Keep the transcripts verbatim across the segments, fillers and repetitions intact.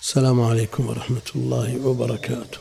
السلام عليكم ورحمة الله وبركاته.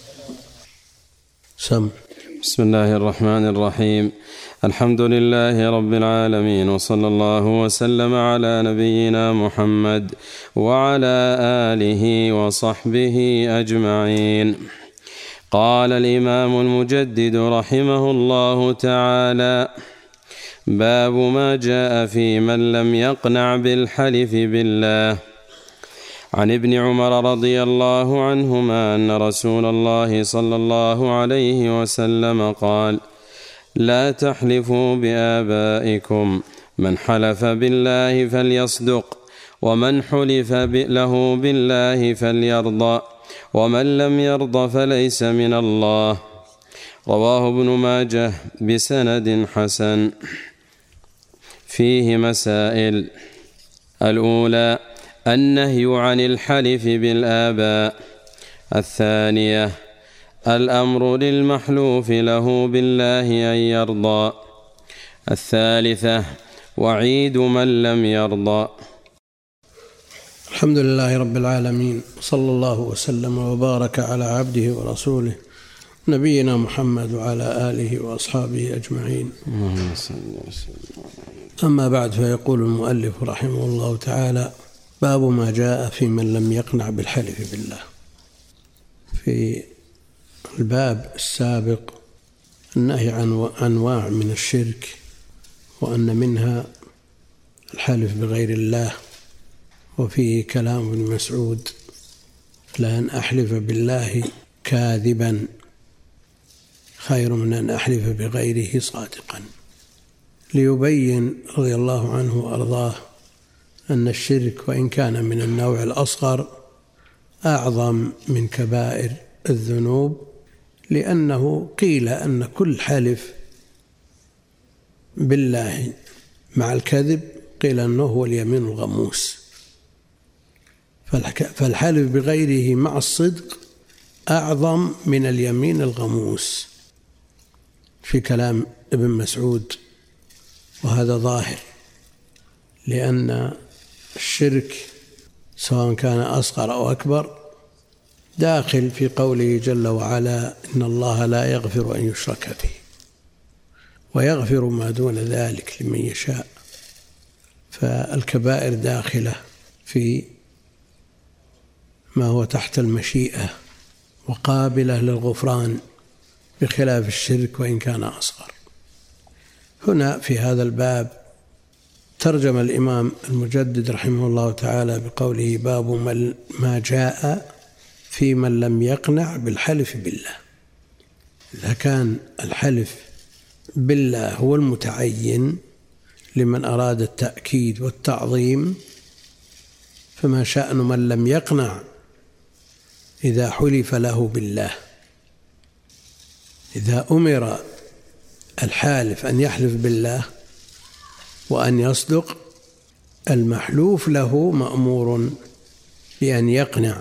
سم بسم الله الرحمن الرحيم. الحمد لله رب العالمين، وصلى الله وسلم على نبينا محمد وعلى آله وصحبه أجمعين. قال الإمام المجدد رحمه الله تعالى: باب ما جاء في من لم يقنع بالحلف بالله. عن ابن عمر رضي الله عنهما أن رسول الله صلى الله عليه وسلم قال: لا تحلفوا بآبائكم، من حلف بالله فليصدق، ومن حلف له بالله فليرضى، ومن لم يرضى فليس من الله. رواه ابن ماجه بسند حسن. فيه مسائل: الأولى النهي عن الحلف بالآباء. الثانية الأمر للمحلوف له بالله أن يرضى. الثالثة وعيد من لم يرضى. الحمد لله رب العالمين، صلى الله وسلم وبارك على عبده ورسوله نبينا محمد وعلى آله وأصحابه أجمعين. أما بعد، فيقول المؤلف رحمه الله تعالى: باب ما جاء في من لم يقنع بالحلف بالله. في الباب السابق النهي عن أنواع من الشرك، وأن منها الحلف بغير الله، وفيه كلام ابن مسعود: لأن أحلف بالله كاذبا خير من أن أحلف بغيره صادقا، ليبين رضي الله عنه وأرضاه أن الشرك وإن كان من النوع الأصغر أعظم من كبائر الذنوب، لأنه قيل أن كل حلف بالله مع الكذب قيل أنه هو اليمين الغموس، فالحلف بغيره مع الصدق أعظم من اليمين الغموس في كلام ابن مسعود. وهذا ظاهر، لأن الشرك سواء كان أصغر أو أكبر داخل في قوله جل وعلا: إن الله لا يغفر أن يشرك به ويغفر ما دون ذلك لمن يشاء. فالكبائر داخلة في ما هو تحت المشيئة وقابلة للغفران، بخلاف الشرك وإن كان أصغر. هنا في هذا الباب ترجم الإمام المجدد رحمه الله تعالى بقوله: باب ما جاء في من لم يقنع بالحلف بالله. إذا كان الحلف بالله هو المتعين لمن أراد التأكيد والتعظيم، فما شأن من لم يقنع إذا حلف له بالله؟ إذا أمر الحالف أن يحلف بالله وأن يصدق، المحلوف له مأمور بأن يقنع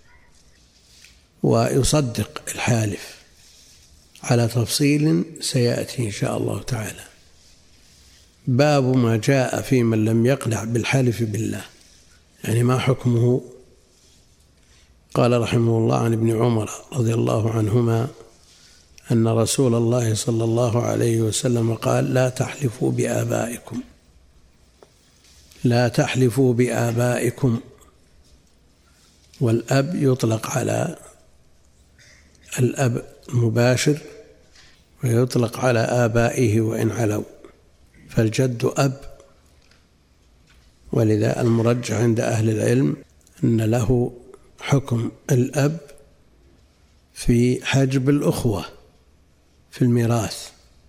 ويصدق الحالف على تفصيل سيأتي إن شاء الله تعالى. باب ما جاء في من لم يقنع بالحلف بالله، يعني ما حكمه؟ قال رحمه الله: عن ابن عمر رضي الله عنهما أن رسول الله صلى الله عليه وسلم قال: لا تحلفوا بآبائكم، لا تحلفوا بآبائكم. والأب يطلق على الأب المباشر ويطلق على آبائه وإن علوا، فالجد أب. ولذا المرجح عند أهل العلم أن له حكم الأب في حجب الأخوة في الميراث.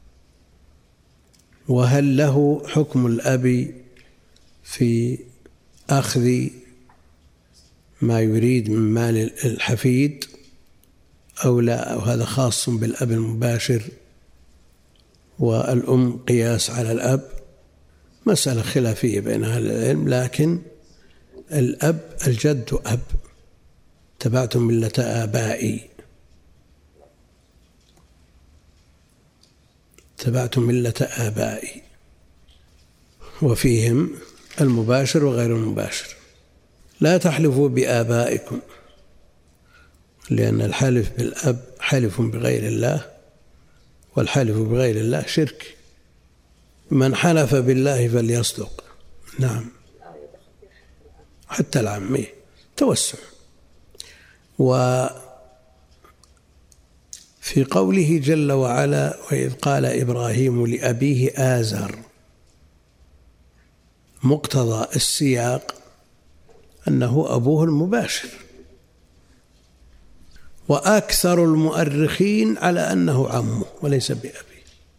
وهل له حكم الأب في أخذ ما يريد من مال الحفيد أو لا؟ أو هذا خاص بالأب المباشر، والأم قياس على الأب؟ مسألة خلافية بين أهل العلم، لكن الأب الجد أب. تبعتم ملة آبائي، تبعتم ملة آبائي، وفيهم المباشر وغير المباشر. لا تحلفوا بآبائكم، لأن الحلف بالأب حلف بغير الله، والحلف بغير الله شرك. من حلف بالله فليصدق. نعم، حتى العامية توسع. وفي قوله جل وعلا: وإذ قال إبراهيم لأبيه آزر، مقتضى السياق أنه أبوه المباشر، وأكثر المؤرخين على أنه عمه وليس بأبيه.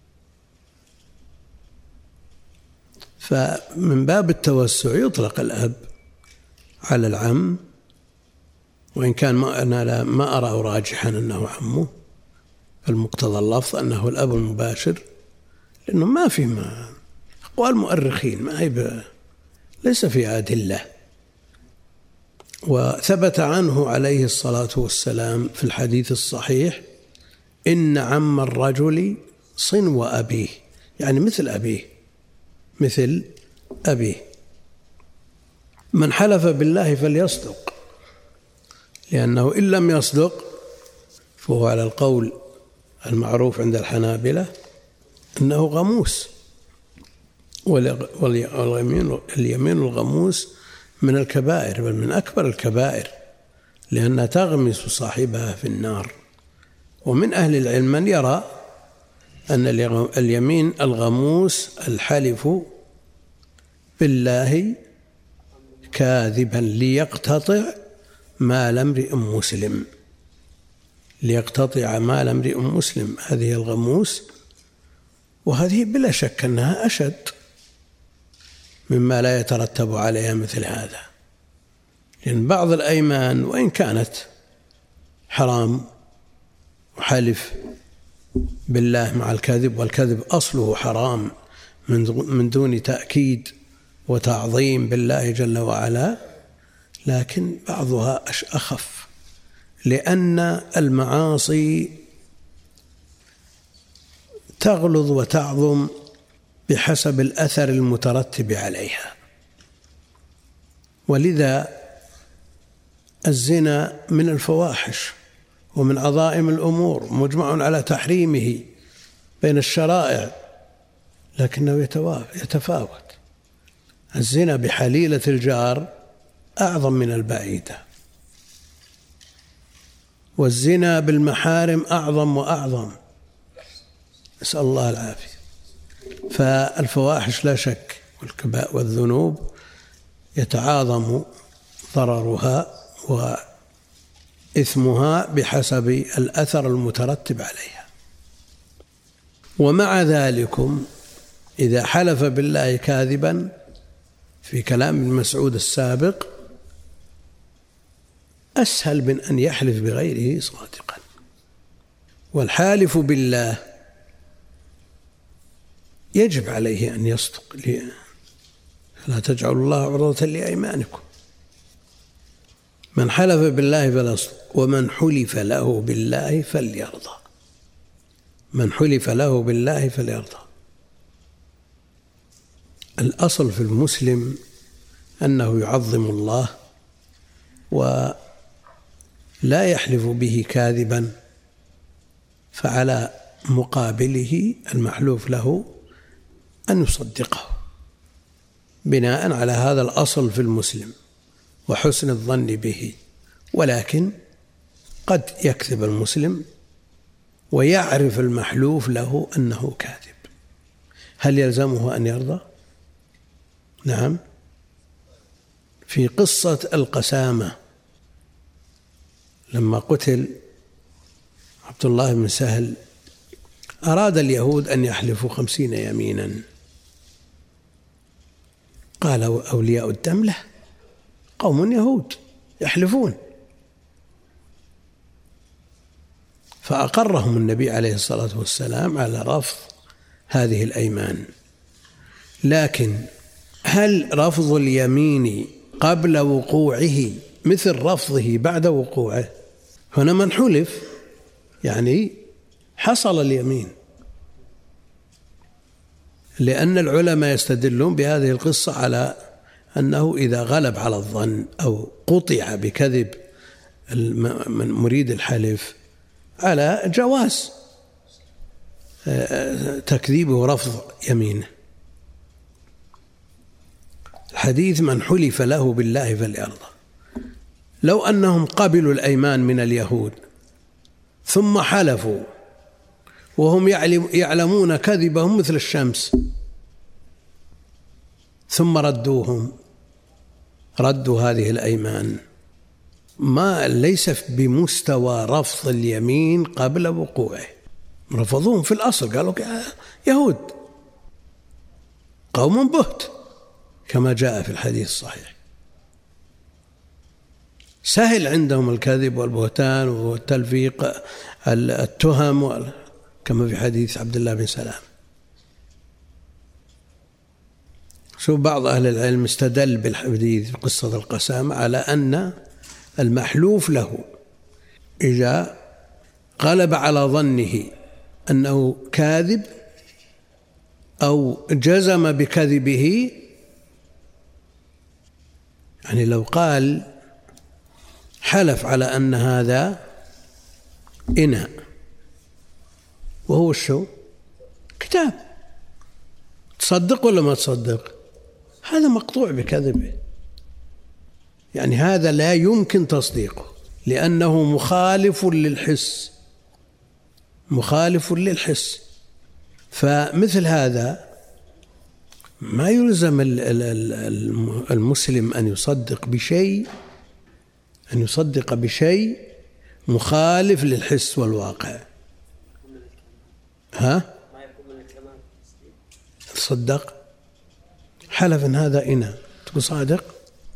فمن باب التوسع يطلق الأب على العم، وإن كان ما أنا ما أرى راجحا أنه عمه، فالمقتضى اللفظ أنه الأب المباشر، لأنه ما في ما أقوال مؤرخين ما هي ليس في أدلة. وثبت عنه عليه الصلاة والسلام في الحديث الصحيح: إن عم الرجل صنو أبيه، يعني مثل أبيه، مثل أبيه. من حلف بالله فليصدق، لأنه إن لم يصدق فهو على القول المعروف عند الحنابلة أنه غموس، واليمين الغموس من الكبائر، بل من أكبر الكبائر، لأنها تغمس صاحبها في النار. ومن أهل العلم من يرى أن اليمين الغموس الحلف بالله كاذبا ليقتطع مال امرئ مسلم، ليقتطع مال امرئ مسلم، هذه الغموس. وهذه بلا شك أنها أشد مما لا يترتب عليها مثل هذا، لأن بعض الأيمان وإن كانت حرام وحلف بالله مع الكذب، والكذب أصله حرام من دون تأكيد وتعظيم بالله جل وعلا، لكن بعضها أخف، لأن المعاصي تغلظ وتعظم بحسب الأثر المترتب عليها. ولذا الزنا من الفواحش ومن عظائم الأمور، مجمع على تحريمه بين الشرائع، لكنه يتفاوت. الزنا بحليلة الجار أعظم من البعيدة، والزنا بالمحارم أعظم وأعظم، نسأل الله العافية. فالفواحش لا شك والكبائر والذنوب يتعاظم ضررها وإثمها بحسب الأثر المترتب عليها. ومع ذلكم إذا حلف بالله كاذبا في كلام ابن مسعود السابق أسهل من أن يحلف بغيره صادقا. والحالف بالله يجب عليه أن يصدق، لا تجعلوا الله عرضة لأيمانكم. من حلف بالله فلا يصدق، ومن حلف له بالله فليرضى. من حلف له بالله فليرضى. الأصل في المسلم أنه يعظم الله ولا يحلف به كاذبا، فعلى مقابله المحلوف له أن يصدقه بناء على هذا الأصل في المسلم وحسن الظن به. ولكن قد يكذب المسلم ويعرف المحلوف له أنه كاذب، هل يلزمه أن يرضى؟ نعم. في قصة القسامة لما قتل عبد الله بن سهل أراد اليهود أن يحلفوا خمسين يمينا، قال أولياء الدم له، قوم يهود يحلفون، فأقرهم النبي عليه الصلاة والسلام على رفض هذه الأيمان. لكن هل رفض اليمين قبل وقوعه مثل رفضه بعد وقوعه؟ هنا من حلف يعني حصل اليمين، لأن العلماء يستدلون بهذه القصة على أنه إذا غلب على الظن أو قطع بكذب من مريد الحلف على جواز تكذيبه ورفض يمينه. الحديث من حلف له بالله فليرضى. لو أنهم قبلوا الأيمان من اليهود ثم حلفوا وهم يعلمون كذبهم مثل الشمس ثم ردوهم ردوا هذه الأيمان، ما ليس بمستوى رفض اليمين قبل وقوعه، رفضوهم في الأصل، قالوا يهود قوم بهت كما جاء في الحديث الصحيح. سهل عندهم الكذب والبهتان والتلفيق التهم كما في حديث عبد الله بن سلام. شوف بعض أهل العلم استدل بالحديث في قصة القسامة على أن المحلوف له إذا غلب على ظنه أنه كاذب أو جزم بكذبه، يعني لو قال حلف على أن هذا إناء وهو الشو كتاب، تصدق ولا ما تصدق؟ هذا مقطوع بكذبه، يعني هذا لا يمكن تصديقه لأنه مخالف للحس مخالف للحس. فمثل هذا ما يلزم المسلم أن يصدق بشيء أن يصدق بشيء مخالف للحس والواقع. ها؟ تصدق حلف إن هذا إناء تقول صادق؟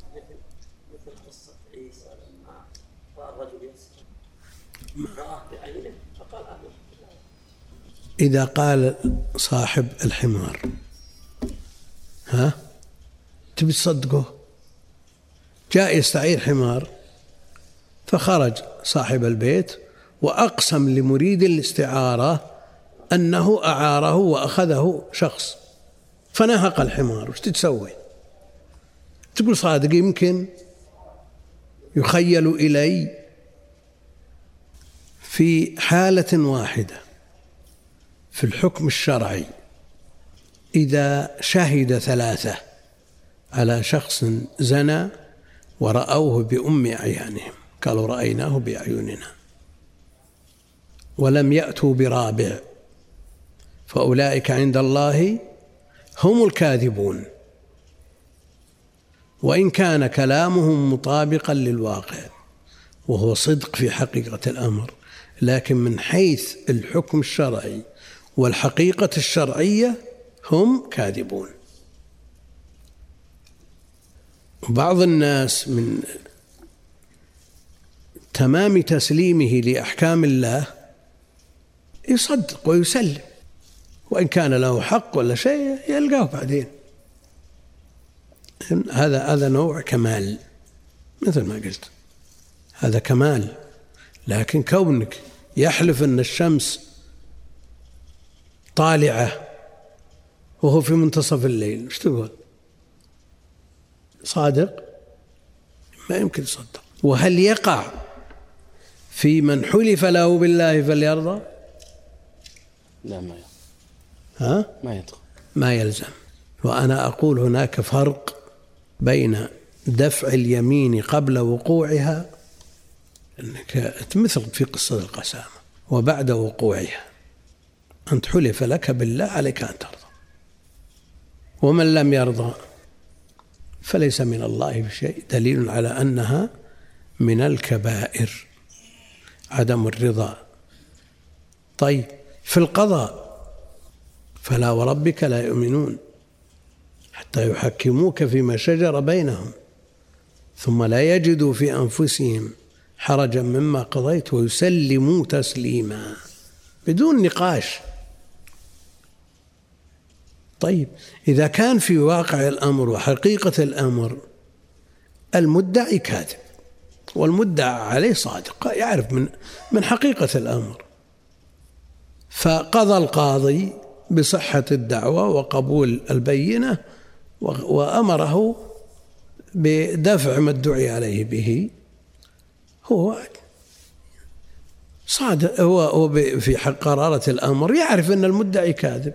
إذا قال صاحب الحمار ها تبي تصدقه؟ جاء يستعير حمار فخرج صاحب البيت وأقسم لمريد الاستعارة أنه أعاره وأخذه شخص فنهق الحمار، وش تتسوي؟ تقول صادق؟ يمكن يخيل إلي في حالة واحدة في الحكم الشرعي إذا شهد ثلاثة على شخص زنى ورأوه بأم أعيانهم، قالوا رأيناه بأعيننا، ولم يأتوا برابع، فأولئك عند الله هم الكاذبون، وإن كان كلامهم مطابقا للواقع وهو صدق في حقيقة الأمر، لكن من حيث الحكم الشرعي والحقيقة الشرعية هم كاذبون. بعض الناس من تمام تسليمه لأحكام الله يصدق ويسلم، وإن كان له حق ولا شيء يلقاه بعدين. هذا هذا نوع كمال، مثل ما قلت هذا كمال. لكن كونك يحلف أن الشمس طالعة وهو في منتصف الليل، ايش تقول؟ صادق؟ ما يمكن يصدق. وهل يقع في من حلف له بالله فليرضى؟ لا ما يلزم. ها؟ ما يدخل. ما يلزم. وأنا أقول هناك فرق بين دفع اليمين قبل وقوعها، أنك مثل في قصة القسامة، وبعد وقوعها أنت حلف لك بالله عليك أن ترضى، ومن لم يرضى فليس من الله بشيء، دليل على أنها من الكبائر عدم الرضا. طيب في القضاء فلا وربك لا يؤمنون حتى يحكموك فيما شجر بينهم ثم لا يجدوا في أنفسهم حرجا مما قضيت ويسلموا تسليما بدون نقاش. طيب إذا كان في واقع الأمر وحقيقة الأمر المدعي كاذب والمدعى عليه صادق، يعرف من من حقيقة الأمر، فقضى القاضي بصحة الدعوة وقبول البينة وأمره بدفع ما ادعي عليه به هو صادق، هو هو في حق قرارة الأمر يعرف أن المدعي كاذب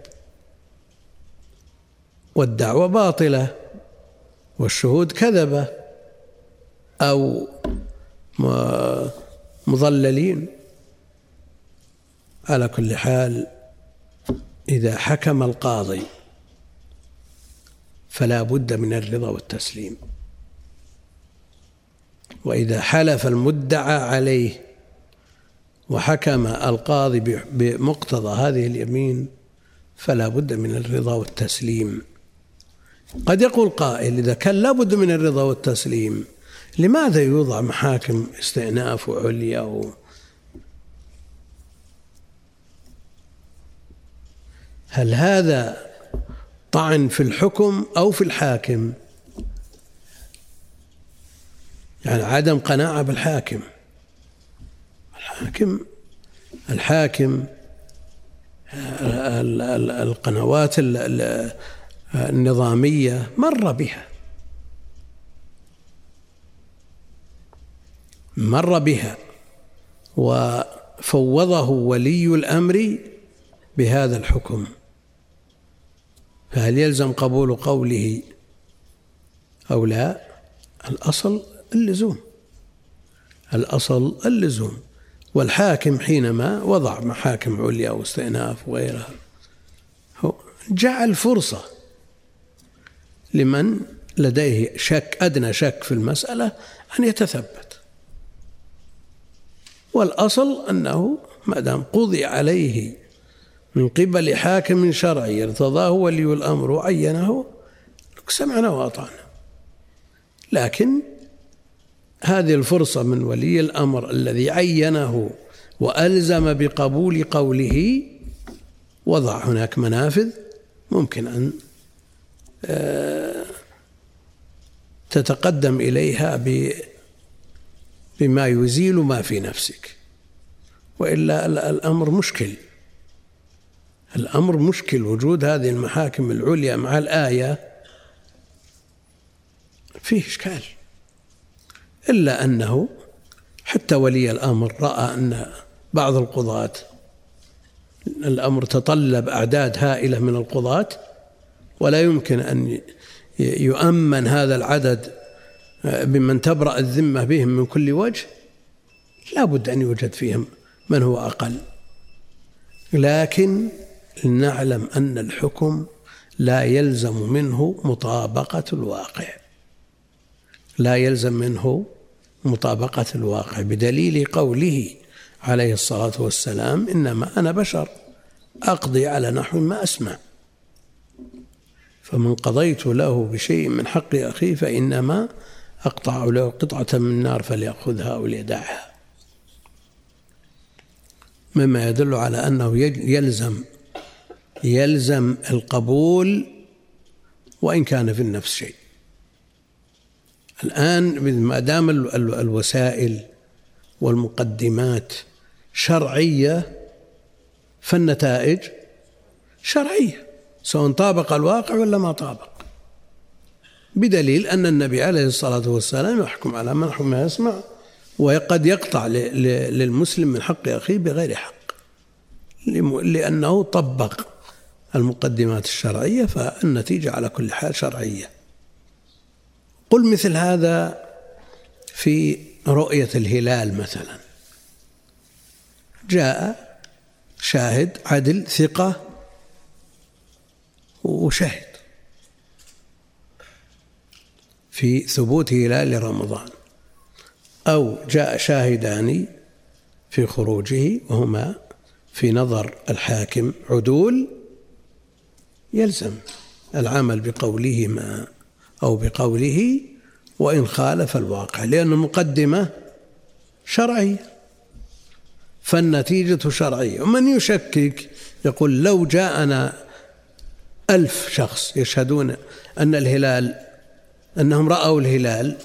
والدعوة باطلة والشهود كذبة أو مضللين. على كل حال إذا حكم القاضي فلا بد من الرضا والتسليم، وإذا حلف المدعى عليه وحكم القاضي بمقتضى هذه اليمين فلا بد من الرضا والتسليم. قد يقول قائل إذا كان لا بد من الرضا والتسليم لماذا يوضع محاكم استئناف وعليا و... هل هذا طعن في الحكم أو في الحاكم؟ يعني عدم قناعة بالحاكم. الحاكم الحاكم القنوات النظامية مر بها مر بها وفوضه ولي الأمر بهذا الحكم، فهل يلزم قبول قوله أو لا؟ الأصل اللزوم، الأصل اللزوم. والحاكم حينما وضع محاكم عليا واستئناف وغيرها جعل فرصة لمن لديه شك أدنى شك في المسألة أن يتثبت، والأصل أنه ما دام قضي عليه من قبل حاكم شرعي ارتضاه ولي الأمر وعينه سمعنا وأطعنا. لكن هذه الفرصة من ولي الأمر الذي عينه وألزم بقبول قوله وضع هناك منافذ ممكن أن تتقدم إليها بما يزيل ما في نفسك، وإلا الأمر مشكل. الأمر مشكل وجود هذه المحاكم العليا مع الآية فيه إشكال، إلا أنه حتى ولي الأمر رأى أن بعض القضاة الأمر تطلب أعداد هائلة من القضاة ولا يمكن أن يؤمن هذا العدد بمن تبرأ الذمة بهم من كل وجه، لا بد أن يوجد فيهم من هو أقل. لكن نعلم أن الحكم لا يلزم منه مطابقة الواقع، لا يلزم منه مطابقة الواقع بدليل قوله عليه الصلاة والسلام إنما أنا بشر أقضي على نحو ما أسمع، فمن قضيت له بشيء من حق أخيه فإنما أقطع له قطعة من النار فليأخذها أو ليدعها، مما يدل على أنه يلزم يلزم القبول وإن كان في النفس شيء. الآن ما دام الوسائل والمقدمات شرعية فالنتائج شرعية سواء طابق الواقع ولا ما طابق، بدليل أن النبي عليه الصلاة والسلام يحكم على من حكم يسمع وقد يقطع للمسلم من حق أخيه بغير حق لأنه طبق المقدمات الشرعية، فالنتيجة على كل حال شرعية. قل مثل هذا في رؤية الهلال مثلا، جاء شاهد عدل ثقة وشهد في ثبوت هلال رمضان، أو جاء شاهدان في خروجه وهما في نظر الحاكم عدول، يلزم العمل بقولهما أو بقوله وإن خالف الواقع، لأن المقدمة شرعية فالنتيجة شرعية. ومن يشكك يقول لو جاءنا ألف شخص يشهدون أن الهلال أنهم رأوا الهلال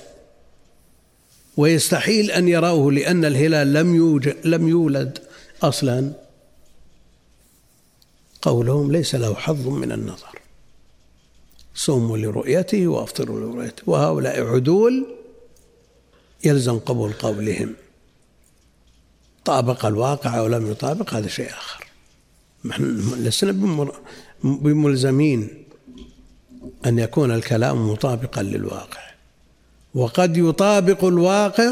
ويستحيل أن يروه لأن الهلال لم يوجد لم يولد أصلا، قولهم ليس له حظ من النظر، صوموا لرؤيته وأفطروا لرؤيته، وهؤلاء عدول يلزم قبول قولهم. طابق الواقع أو لم يطابق هذا شيء آخر. نحن لسنا بملزمين أن يكون الكلام مطابقا للواقع، وقد يطابق الواقع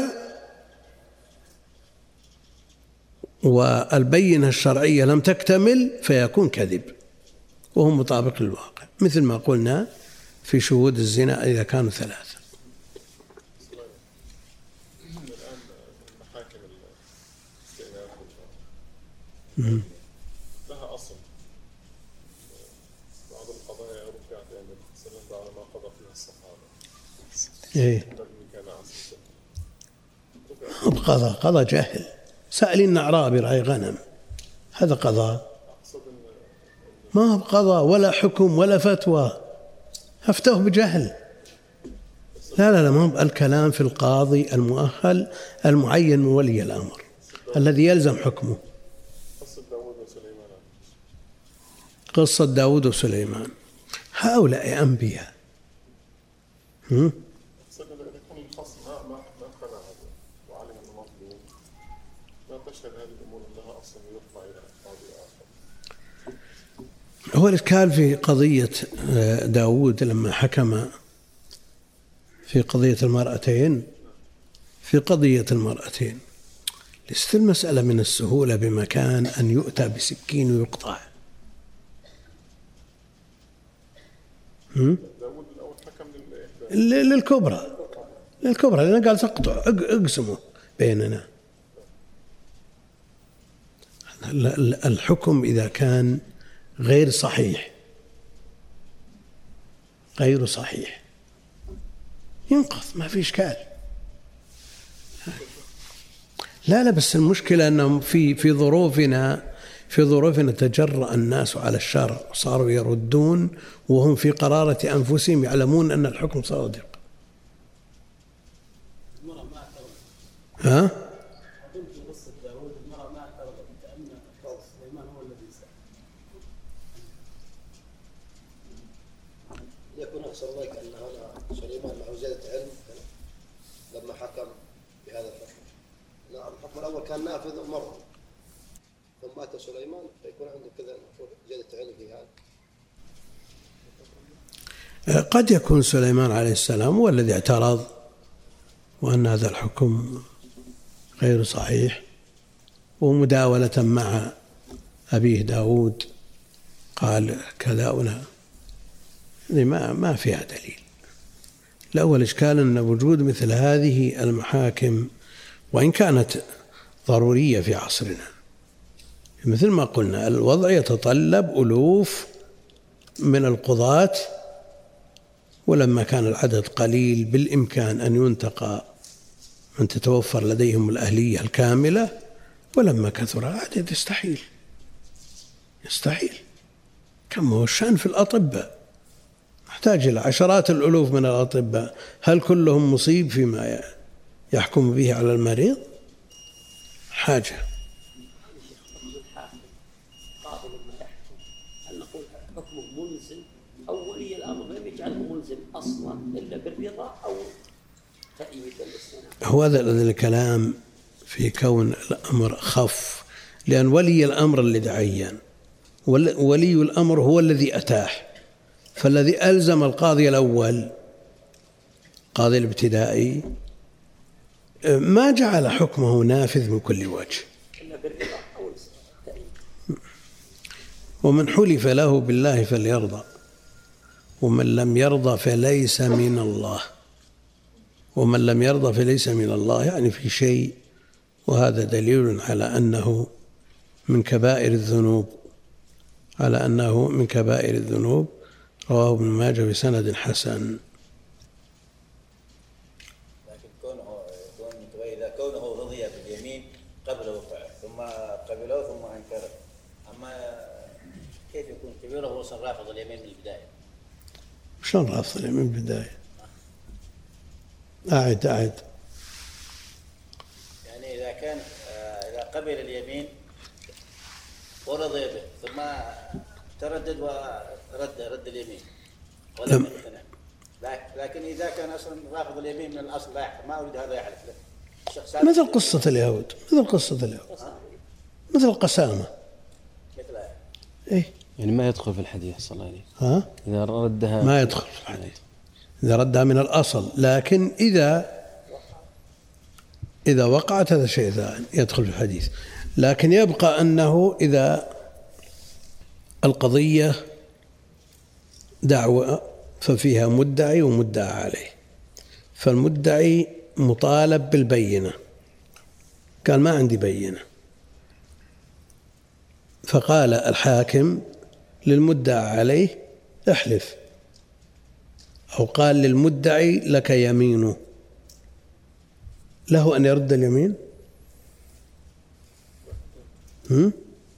والبينة الشرعية لم تكتمل فيكون كذب وهو مطابق للواقع، مثل ما قلنا في شهود الزنا إذا كانوا ثلاثة. الآن لها أصل، بعض القضايا رفعت عن النبي صلى الله عليه وسلم بعد ما قضى فيها الصحابة. إيه. قضى قضى جاهل، سألين أعرابي رعي غنم، هذا قضاء؟ ما هو قضاء ولا حكم ولا فتوى، أفتوه بجهل. لا لا لا، ما هو الكلام في القاضي المؤهل المعين من ولي الأمر الذي يلزم حكمه. قصة داود وسليمان، هؤلاء أنبياء. هم؟ هو الإشكال في قضية داود لما حكم في قضية المرأتين في قضية المرأتين ليست المسألة من السهولة بمكان أن يؤتى بسكين ويقطع. للكبرى للكبرى لأنه قال سقطوا اقسموا بيننا. الحكم إذا كان غير صحيح غير صحيح ينقض، ما في إشكال. لا لا، بس المشكلة أنهم في في ظروفنا في ظروفنا تجرأ الناس على الشرع وصاروا يردون وهم في قرارة أنفسهم يعلمون أن الحكم صادق. ها؟ يكون أحسن ذلك أن هنا سليمان معه زيادة علم لما حكم بهذا الحكم. نعم، الحكم الأول كان نافذ ومر، ثم مات سليمان فيكون عنده كذا زيادة علم في هذا. قد يكون سليمان عليه السلام هو الذي اعترض وأن هذا الحكم غير صحيح، ومداولة مع أبيه داود قال كذا ولا ما ما فيها دليل. الأول إشكال أن وجود مثل هذه المحاكم وإن كانت ضرورية في عصرنا، مثل ما قلنا الوضع يتطلب ألوف من القضاة، ولما كان العدد قليل بالإمكان أن ينتقى من تتوفر لديهم الأهلية الكاملة، ولما كثر العدد يستحيل يستحيل كم هو الشأن في الأطباء، نحتاج إلى عشرات الألوف من الأطباء، هل كلهم مصيب فيما يحكم به على المريض؟ حاجة. هل نقول حكمه ملزم أو ولي الأمر لم يجعله ملزم أصلا إلا بالرضا أو تأييد الاستثناء؟ هو هذا الكلام في كون الأمر خف، لأن ولي الأمر الذي عين، ولي الأمر هو الذي أتاح، فالذي ألزم القاضي الأول قاضي الابتدائي ما جعل حكمه نافذ من كل وجه. ومن حلف له بالله فليرضى ومن لم يرضى فليس من الله، ومن لم يرضى فليس من الله يعني في شيء، وهذا دليل على أنه من كبائر الذنوب على أنه من كبائر الذنوب. رواه ابن ماجه بسند حسن. لكن كونه إذا كونه رضي باليمين قبل وقعه ثم قبله ثم أنكره، أما كيف يكون كبيره هو صار رافض اليمين من البداية؟ شلون رافض اليمين من البداية؟ أعد أعد يعني إذا كان إذا قبل اليمين ورضي به ثم تردد ورد رد اليمين ولا لم يقتنع. لكن إذا كان أصلا رافض اليمين من الأصل لا يحلف، ما أريد هذا يحلف له. مثل قصة اليهود، مثل قصة اليهود، مثل القسامة. مثل إيه؟ يعني ما يدخل في الحديث صلى الله عليه وسلم. ها؟ إذا ردها ما يدخل في الحديث إذا ردها من الأصل، لكن إذا إذا وقعت هذا شيء ثاني يدخل في الحديث. لكن يبقى أنه إذا القضية دعوة ففيها مدعي ومدعى عليه، فالمدعي مطالب بالبينة، قال ما عندي بينة، فقال الحاكم للمدعى عليه احلف، أو قال للمدعي لك يمينه، له أن يرد اليمين؟ هم؟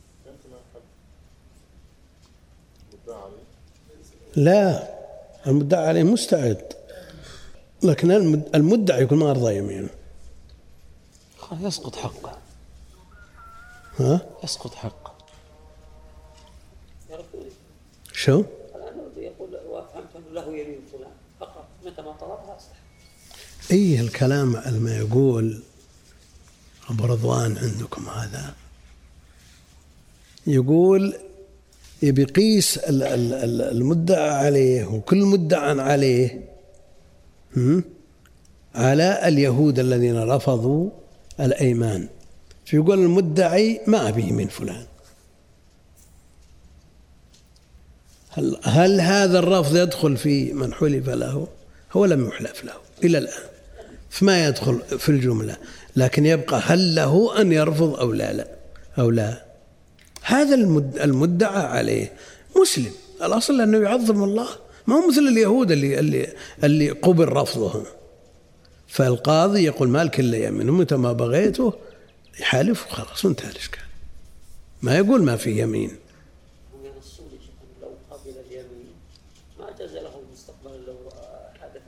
لا، المدعى عليه مستعد، لكن المدعي يكون ما أرضى يمينه يسقط حقه. ها؟ يسقط حقه. شو؟ يقول وفهمت أنه له يمين فلان فقط، متى ما طلبها أصلح. إيه الكلام على ما يقول أبو رضوان عندكم هذا، يقول يبي يقيس المدعى عليه وكل مدعى عليه على اليهود الذين رفضوا الأيمان، فيقول المدعي ما أبيه من فلان. هل, هل هذا الرفض يدخل في من حلف له؟ هو لم يحلف له إلى الآن، فما يدخل في الجملة، لكن يبقى هل له أن يرفض أو لا لا أو لا. هذا المدعى عليه مسلم، الأصل أنه يعظم الله، ما هو مثل اليهود اللي اللي اللي قبل رفضهم. فالقاضي يقول مالك إلا يمين، متى ما بغيته يحالف وخلاص وانتهى الإشكال، ما يقول ما في يمين. لو قبل اليمين ما جاز له المستقبل، لو حدث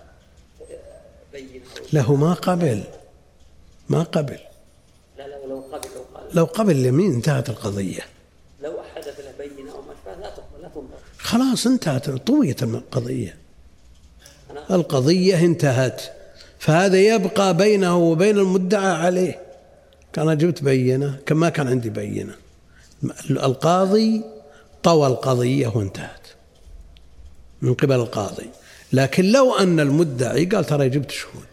بين له ما قبل ما قبل لا لا لو قبل لو قال لو قبل اليمين انتهت القضية. لو حدث له بينة أو مشفى لا تقبل لا تنظر، خلاص انتهت، طويت القضية، القضية انتهت، فهذا يبقى بينه وبين المدعى عليه. كان جبت بينة كما كان عندي بينة، القاضي طوى القضية وانتهت من قبل القاضي. لكن لو أن المدعي قال ترى جبت شهود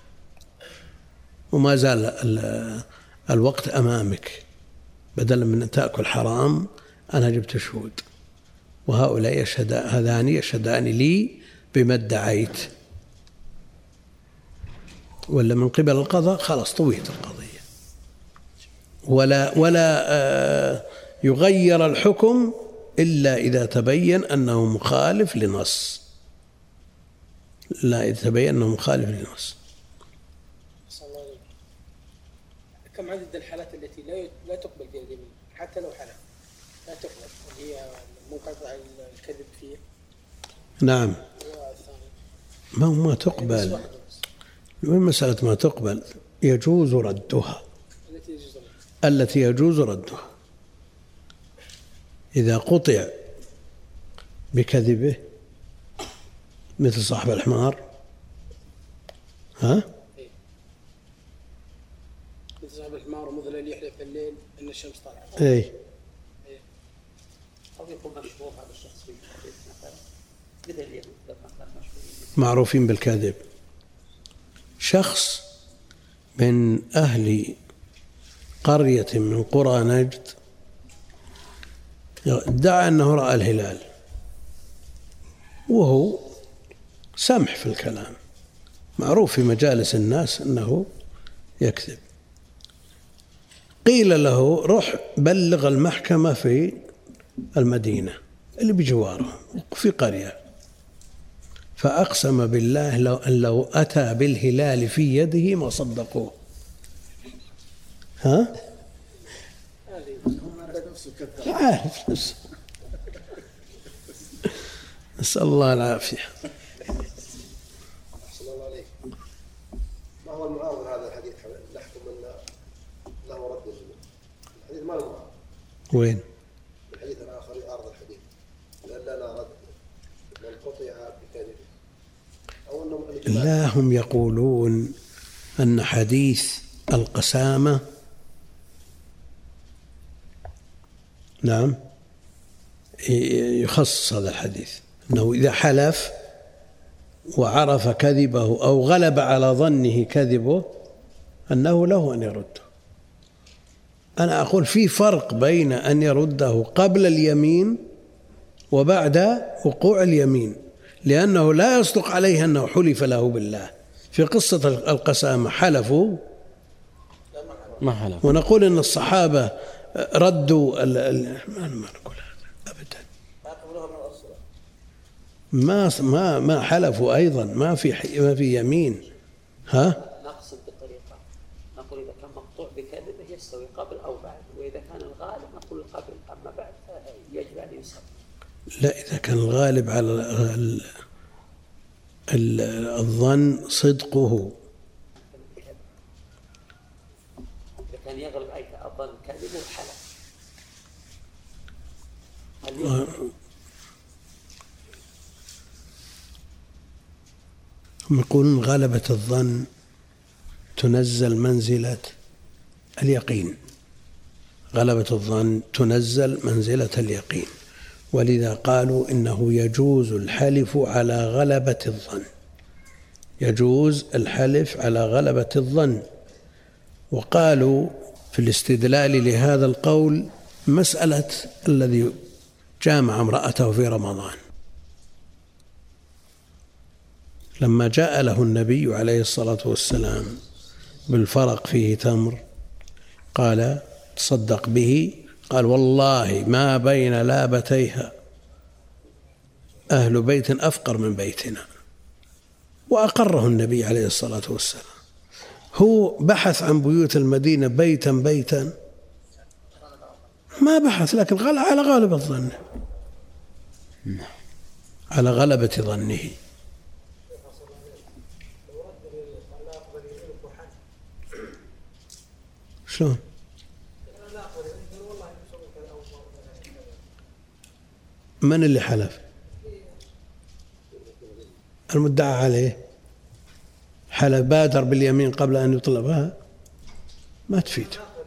وما زال الوقت أمامك، بدلا من أن تأكل حرام أنا جبت شهود وهؤلاء يشهد هذان يشهدان لي بما ادعيت، ولا من قبل القضاء خلاص طويت القضية، ولا ولا يغير الحكم إلا إذا تبين أنه مخالف لنص، لا إذا تبين أنه مخالف لنص. كم عدد الحالات التي لا لا تقبل فيها اليمين حتى لو حلف لا تقبل، هي منقطع الكذب فيه؟ نعم، ما هو ما تقبل، وين مسألة ما تقبل؟ يجوز ردها، التي يجوز ردها إذا قطع بكذبه مثل صاحب الحمار، ها؟ مثل صاحب الحمار ومثل اللي يحلف الليل إن الشمس طالعة. إيه. أو يكون مشهور هذا الشخص في الحديث مثلا مثل اليهود مثلا مشهورين معروفين بالكذب. شخص من أهل قرية من قرى نجد ادعى أنه رأى الهلال وهو سمح في الكلام، معروف في مجالس الناس أنه يكذب. قيل له روح بلغ المحكمة في المدينة اللي بجوارهم في قرية، فأقسم بالله لو أن لو أتى بالهلال في يده ما صدقوه. ها؟ عارف نفسه. نسأل الله العافية. أحسن الله عليك. ما هو المعارض هذا الحديث نحكم أن له رد الحديث؟ ما له معارض. وين؟ الحديث الآخر يعارض الحديث لأن لا رد من قطع لا، هم يقولون أن حديث القسامة نعم يخصص هذا الحديث، أنه إذا حلف وعرف كذبه أو غلب على ظنه كذبه أنه له أن يرده. أنا أقول في فرق بين أن يرده قبل اليمين وبعد وقوع اليمين، لأنه لا يصدق عليه أنه حلف له بالله. في قصة القسامة حلفوا ما حلف، ونقول أن الصحابة ردوا ال ال ما نقول هذا أبدا، ما ما ما حلفوا أيضا، ما في ما في يمين. ها نقصد بطريقة نقول إذا كان مقطوع بكذبه يستوي قبل أو بعد، وإذا كان الغالب نقول قبل، أما بعد يجب أن يسقط. لا، إذا كان الغالب على ال ال الظن صدقه، إذا كان يغلب عليك الظن كذبه حلف. هم يقولون غلبة الظن تنزل منزلة اليقين، غلبة الظن تنزل منزلة اليقين، ولذا قالوا إنه يجوز الحلف على غلبة الظن، يجوز الحلف على غلبة الظن. وقالوا في الاستدلال لهذا القول مسألة الذي جامع امرأته في رمضان، لما جاء له النبي عليه الصلاة والسلام بالفرق فيه تمر قال تصدق به، قال والله ما بين لابتيها أهل بيت أفقر من بيتنا، وأقره النبي عليه الصلاة والسلام. هو بحث عن بيوت المدينة بيتا بيتا، ما بحث، لكن قال على غالب الظن، على غلبة ظنه. شلون؟ من اللي حلف؟ المدعى عليه حلف، بادر باليمين قبل أن يطلبها، ما تفيد.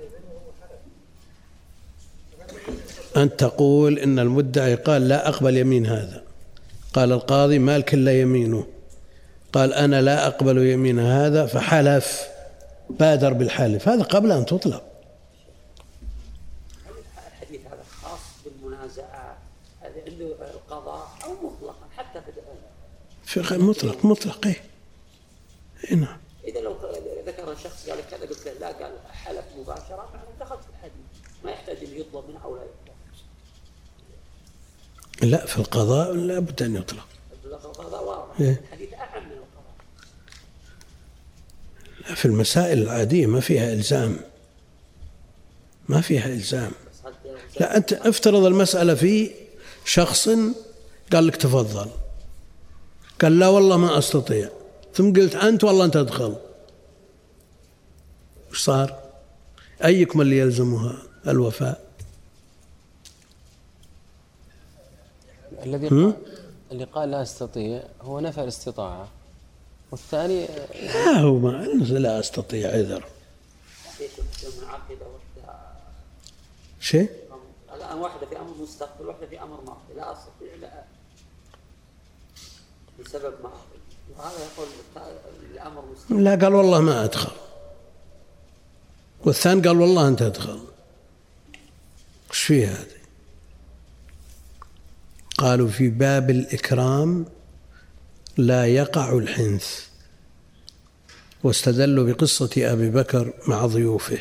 أنت تقول إن المدعي قال لا أقبل يمين هذا، قال القاضي مالك إلا يمينه، قال أنا لا أقبل يمين هذا فحلف، بادر بالحلف، هذا قبل أن تطلب. الحديث هذا خاص بالمنازعات، هذا عنده القضاء أو مطلقا حتى في مطلق مطلق إيه هنا. إذا لو ذكر شخص قال كذا قلت له لا، قال حلف مباشرة، فأنا دخلت في الحديث، ما يحتاج أن يطلب منه أو لا يطلب. لا، في القضاء لا بد أن يطلق. القضاء واضح، إيه؟ الحديث أعم من القضاء. لا، في المسائل العادية ما فيها إلزام، ما فيها إلزام. لا، أنت افترض المسألة في شخص قال لك تفضل، قال لا والله ما أستطيع، ثم قلت أنت والله أنت تدخل، وش صار؟ أيكم اللي يلزمها الوفاء؟ الذي قال اللي قال لا أستطيع هو نفى الاستطاعة، والثاني لا، هو ما لا أستطيع عذر. شيء؟ الآن واحدة في أمر مستقبل، واحدة في أمر ماضي، لا أستطيع لا بسبب ماضي، وهذا يقول الأمر مستقبل. لا، قال والله ما أدخل، والثاني قال والله أنت أدخل. وش فيه هذه؟ قالوا في باب الإكرام لا يقع الحنث، واستدلوا بقصة أبي بكر مع ضيوفه،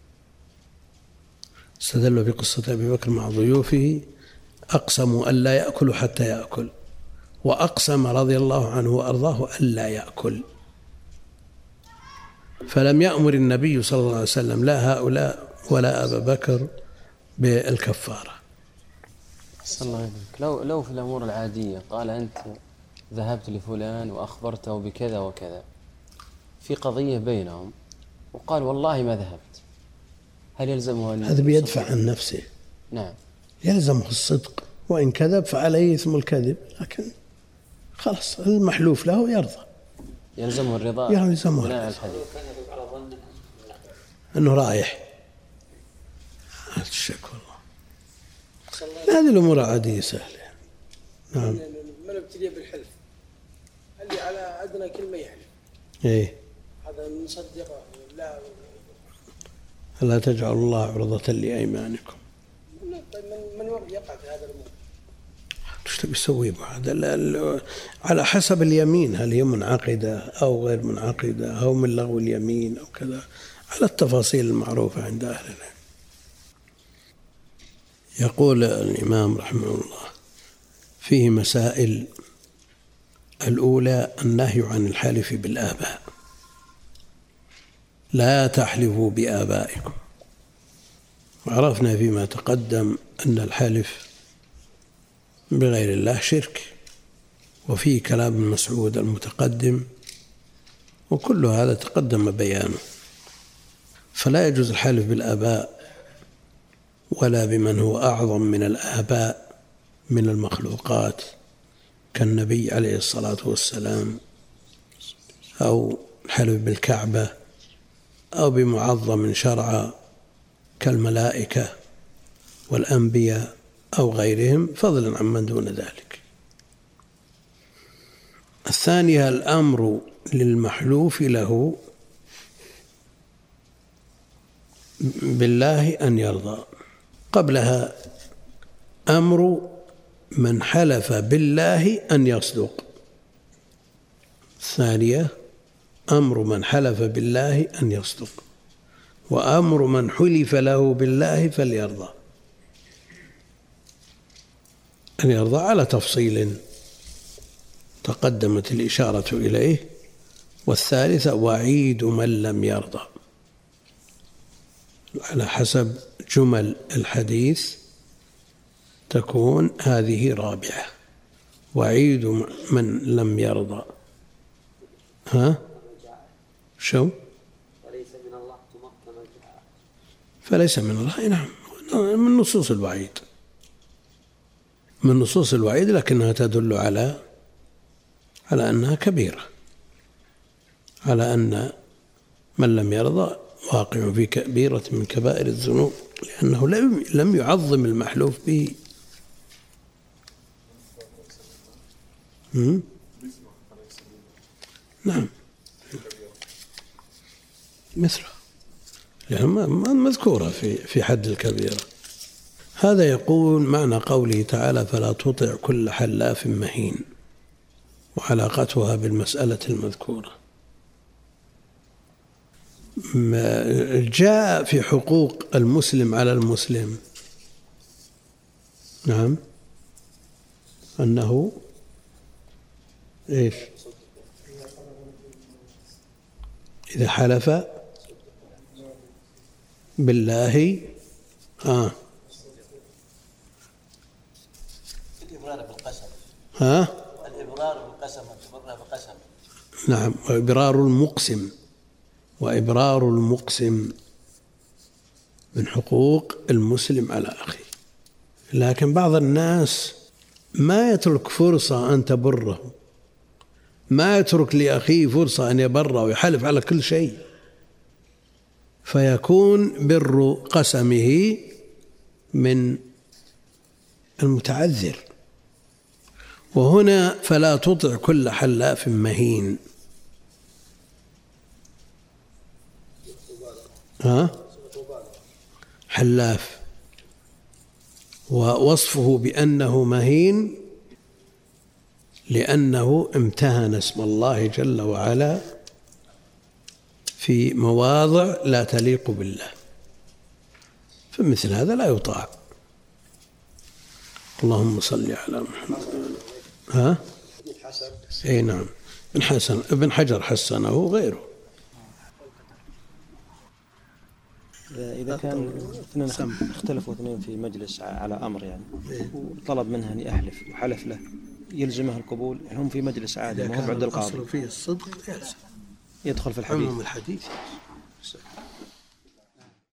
استدلوا بقصة أبي بكر مع ضيوفه، أقسموا ألا يأكلوا حتى يأكل، وأقسم رضي الله عنه وأرضاه ألا يأكل، فلم يأمر النبي صلى الله عليه وسلم لا هؤلاء ولا أبا بكر بالكفارة. صلى الله عليه وسلم. لو لو في الأمور العادية قال أنت ذهبت لفلان وأخبرته بكذا وكذا في قضية بينهم وقال والله ما ذهبت، هل يلزمه أن هذا بيدفع عن نفسه؟ نعم، يلزمه الصدق، وإن كذب فعليه اسم الكذب، لكن خلاص المحلوف له يرضى. يلزمه الرضا يلزمه بناء على الحديث كان يغلب على ظن أنه رايح. هذا الشك والله. هذه الأمور عادية سهلة. نعم. من ابتلي بالحلف اللي على أدنى كلمة يحلف. إيه. هذا نصدقه لا. لا تجعل الله عرضة لأيمانكم. طيب من من يقع في هذا الأمور؟ ايش تبي تسوي هذا؟ على حسب اليمين، هل هي منعقدة أو غير منعقدة أو من لغو اليمين أو كذا، على التفاصيل المعروفة عند أهل العلم. يقول الإمام رحمه الله فيه مسائل. الأولى النهي عن الحلف بالآباء، لا تحلفوا بآبائكم. وعرفنا فيما تقدم أن الحلف بغير الله شرك، وفيه كلام ابن مسعود المتقدم، وكل هذا تقدم بيانه. فلا يجوز الحلف بالآباء ولا بمن هو أعظم من الآباء من المخلوقات كالنبي عليه الصلاة والسلام، أو الحلف بالكعبة، أو بمعظم شرعا كالملائكة والأنبياء أو غيرهم، فضلا عمن دون ذلك. الثانية الأمر للمحلوف له بالله أن يرضى. قبلها أمر من حلف بالله أن يصدق. الثانية أمر من حلف بالله أن يصدق، وأمر من حلف له بالله فليرضى. أن يرضى على تفصيل تقدمت الإشارة إليه. والثالثة وعيد من لم يرضى، على حسب جمل الحديث تكون هذه رابعة. وعيد من لم يرضى. ها شو فليس من الله تمكن الجهاد. فليس من الله، نعم، من نصوص الوعيد، من نصوص الوعيد، لكنها تدل على على أنها كبيرة، على أن من لم يرضى واقع في كبيرة من كبائر الذنوب، لأنه لم يعظم المحلوف به. نعم مثله، لأنها مذكورة في في حد الكبيرة. هذا يقول معنى قوله تعالى فلا تطع كل حلاف مهين، وعلاقتها بالمسألة المذكورة. جاء في حقوق المسلم على المسلم، نعم، أنه إيش؟ إذا حلف بالله آه الإبرار بالقسم. ها؟ الإبرار بالقسم والتبرع بالقسم. نعم، وإبرار المقسم، وإبرار المقسم من حقوق المسلم على أخيه. لكن بعض الناس ما يترك فرصة أن تبره، ما يترك لأخيه فرصة أن يبره ويحلف على كل شيء، فيكون بر قسمه من المتعذر. وهنا فلا تطع كل حلاف مهين. ها؟ حلاف، ووصفه بأنه مهين لأنه امتهن اسم الله جل وعلا في مواضع لا تليق بالله، فمثل هذا لا يطاع. اللهم صل على محمد. ها؟ اي نعم، ابن حسن ابن حجر حسنه وغيره. إذا كان اثنين اختلفوا اثنين في مجلس على أمر يعني، وطلب منه أن يحلف وحلف له، يلزمه القبول؟ يعني هم في مجلس عادي، ما هو بعد القاضي. الأصل فيه الصدق يلزم، يدخل في الحديث. الحديث